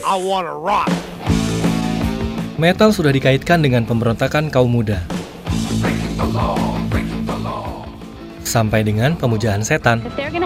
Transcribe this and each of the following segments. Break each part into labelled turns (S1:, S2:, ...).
S1: I wanna rock.
S2: Metal sudah dikaitkan dengan pemberontakan kaum muda. Sampai dengan pemujaan setan.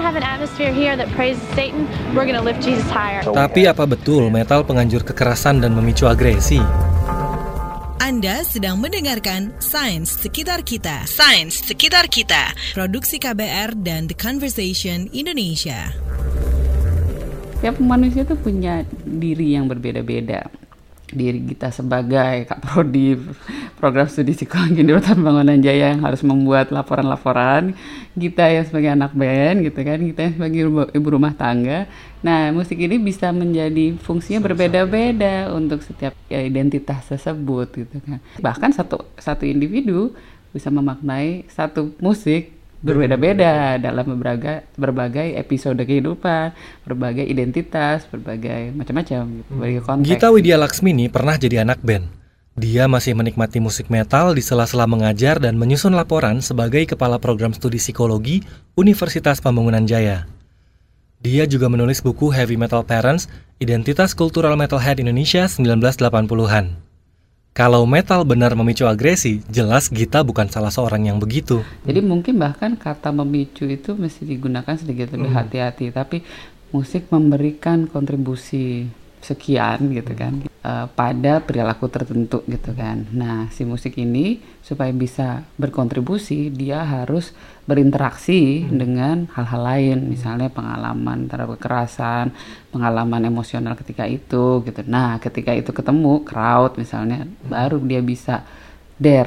S2: Tapi apa betul metal penganjur kekerasan dan memicu agresi?
S3: Anda sedang mendengarkan Sains Sekitar Kita. Sains Sekitar Kita. Produksi KBR dan The Conversation Indonesia.
S4: Setiap manusia tuh punya diri yang berbeda-beda. Diri kita sebagai Kak Prodi program studi psikologi di Rutan Bangunan Jaya yang harus membuat laporan-laporan, kita yang sebagai anak band gitu kan, kita yang sebagai ibu rumah tangga. Nah, musik ini bisa menjadi fungsinya berbeda-beda untuk setiap identitas tersebut gitu kan. Bahkan satu individu bisa memaknai satu musik berbeda-beda dalam berbagai episode kehidupan, berbagai identitas, berbagai macam-macam gitu, berbagai konteks.
S2: Gita Widya Laksmini pernah jadi anak band. Dia masih menikmati musik metal di sela-sela mengajar dan menyusun laporan sebagai kepala program studi psikologi Universitas Pambangunan Jaya. Dia juga menulis buku Heavy Metal Parents, Identitas Kultural Metalhead Indonesia 1980-an. Kalau metal benar memicu agresi, jelas Gita bukan salah seorang yang begitu.
S4: Jadi mungkin bahkan kata memicu itu mesti digunakan sedikit lebih hati-hati. Tapi musik memberikan kontribusi sekian gitu kan pada perilaku tertentu gitu kan. Nah, si musik ini supaya bisa berkontribusi, dia harus berinteraksi dengan hal-hal lain, misalnya pengalaman terhadap kekerasan, pengalaman emosional ketika itu gitu. Nah, ketika itu ketemu crowd misalnya, baru dia bisa dare.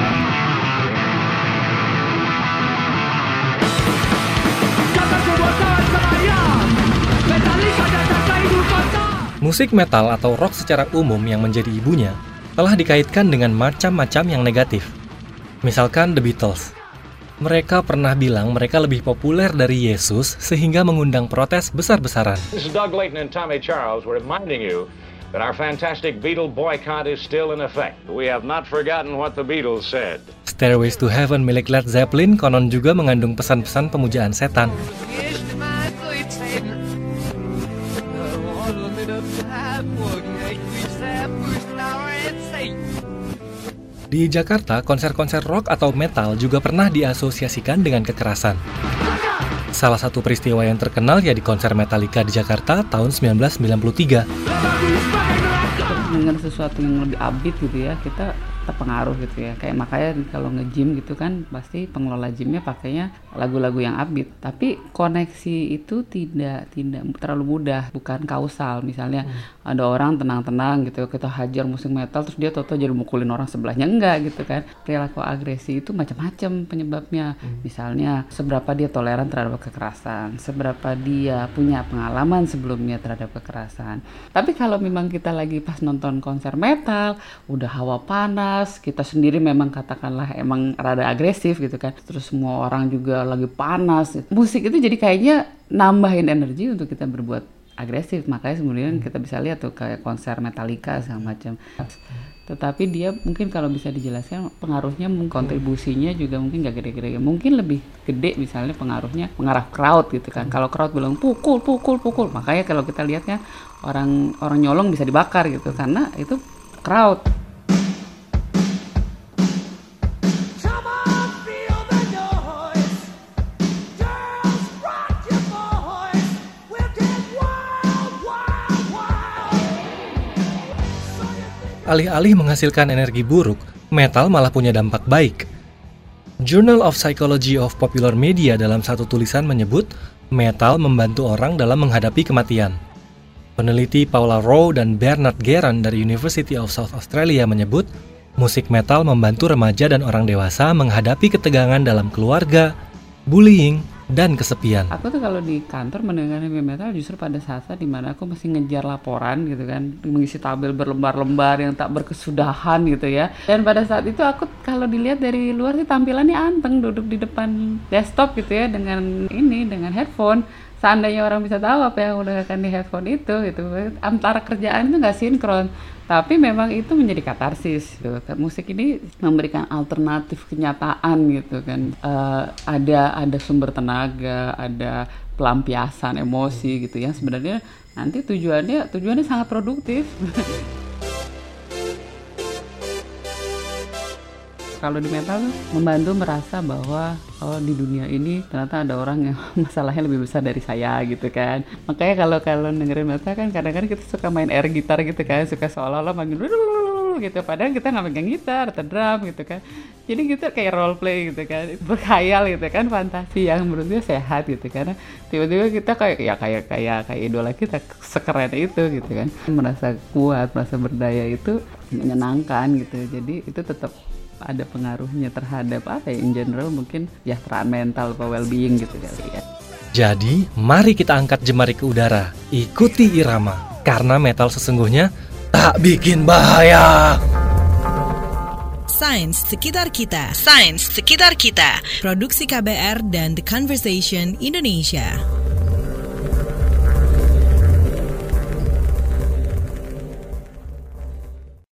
S2: Musik metal atau rock secara umum yang menjadi ibunya telah dikaitkan dengan macam-macam yang negatif. Misalkan The Beatles. Mereka pernah bilang mereka lebih populer dari Yesus sehingga mengundang protes besar-besaran.
S5: This is Doug Layton and Tommy Charles. We're reminding you that our fantastic Beatle boycott is still in effect. We have not forgotten what the Beatles said.
S2: Stairways to Heaven milik Led Zeppelin konon juga mengandung pesan-pesan pemujaan setan. Di Jakarta, konser-konser rock atau metal juga pernah diasosiasikan dengan kekerasan. Salah satu peristiwa yang terkenal ya di konser Metallica di Jakarta tahun 1993.
S4: Dengar sesuatu yang lebih upbeat gitu ya, kita terpengaruh gitu ya. Kayak makanya kalau nge-gym gitu kan pasti pengelola gymnya pakainya lagu-lagu yang upbeat. Tapi koneksi itu tidak terlalu mudah, bukan kausal. Misalnya ada orang tenang-tenang gitu, kita hajar musik metal terus dia tahu-tahu jadi mukulin orang sebelahnya, enggak gitu kan. Perilaku agresi itu macam-macam penyebabnya. Misalnya seberapa dia toleran terhadap kekerasan, seberapa dia punya pengalaman sebelumnya terhadap kekerasan. Tapi kalau memang kita lagi pas nonton konser metal, udah hawa panas, kita sendiri memang katakanlah emang rada agresif gitu kan, terus semua orang juga lagi panas, musik itu jadi kayaknya nambahin energi untuk kita berbuat agresif. Makanya kemudian kita bisa lihat tuh kayak konser Metallica segala macam. Tetapi dia mungkin kalau bisa dijelaskan pengaruhnya, kontribusinya juga mungkin gak gede-gede, mungkin lebih gede misalnya pengaruhnya mengarah crowd gitu kan. Kalau crowd bilang pukul, makanya kalau kita lihatnya orang nyolong bisa dibakar gitu karena itu crowd.
S2: Alih-alih menghasilkan energi buruk, metal malah punya dampak baik. Journal of Psychology of Popular Media dalam satu tulisan menyebut metal membantu orang dalam menghadapi kematian. Peneliti Paula Rowe dan Bernard Geran dari University of South Australia menyebut musik metal membantu remaja dan orang dewasa menghadapi ketegangan dalam keluarga, bullying, dan kesepian.
S4: Aku tuh kalau di kantor mendengar heavy metal justru pada saat-saat dimana aku masih ngejar laporan gitu kan, mengisi tabel berlembar-lembar yang tak berkesudahan gitu ya. Dan pada saat itu aku kalau dilihat dari luar sih tampilannya anteng, duduk di depan desktop gitu ya dengan headphone. Seandainya orang bisa tahu apa yang udah akan di headphone itu gitu, antara kerjaan itu nggak sinkron. Tapi memang itu menjadi katarsis gitu. Musik ini memberikan alternatif kenyataan gitu kan. Ada sumber tenaga, ada pelampiasan emosi gitu yang sebenarnya nanti tujuannya sangat produktif. Kalau di mental membantu merasa bahwa di dunia ini ternyata ada orang yang masalahnya lebih besar dari saya gitu kan. Makanya kalau dengerin mental kan kadang-kadang kita suka main air gitar gitu kan, suka seolah-olah manggil gitu, padahal kita nggak megang gitar atau drum gitu kan. Jadi kita kayak role play gitu kan, berkhayal gitu kan, fantasi yang menurut gue sehat gitu, karena tiba-tiba kita kayak idola kita sekeren itu gitu kan. Merasa kuat, merasa berdaya itu menyenangkan gitu. Jadi itu tetap ada pengaruhnya terhadap in general mungkin kesejahteraan mental atau well-being gitu kali ya.
S2: Jadi, mari kita angkat jemari ke udara, ikuti irama, karena metal sesungguhnya tak bikin bahaya.
S3: Sains Sekitar Kita. Sains Sekitar Kita. Produksi KBR dan The Conversation Indonesia.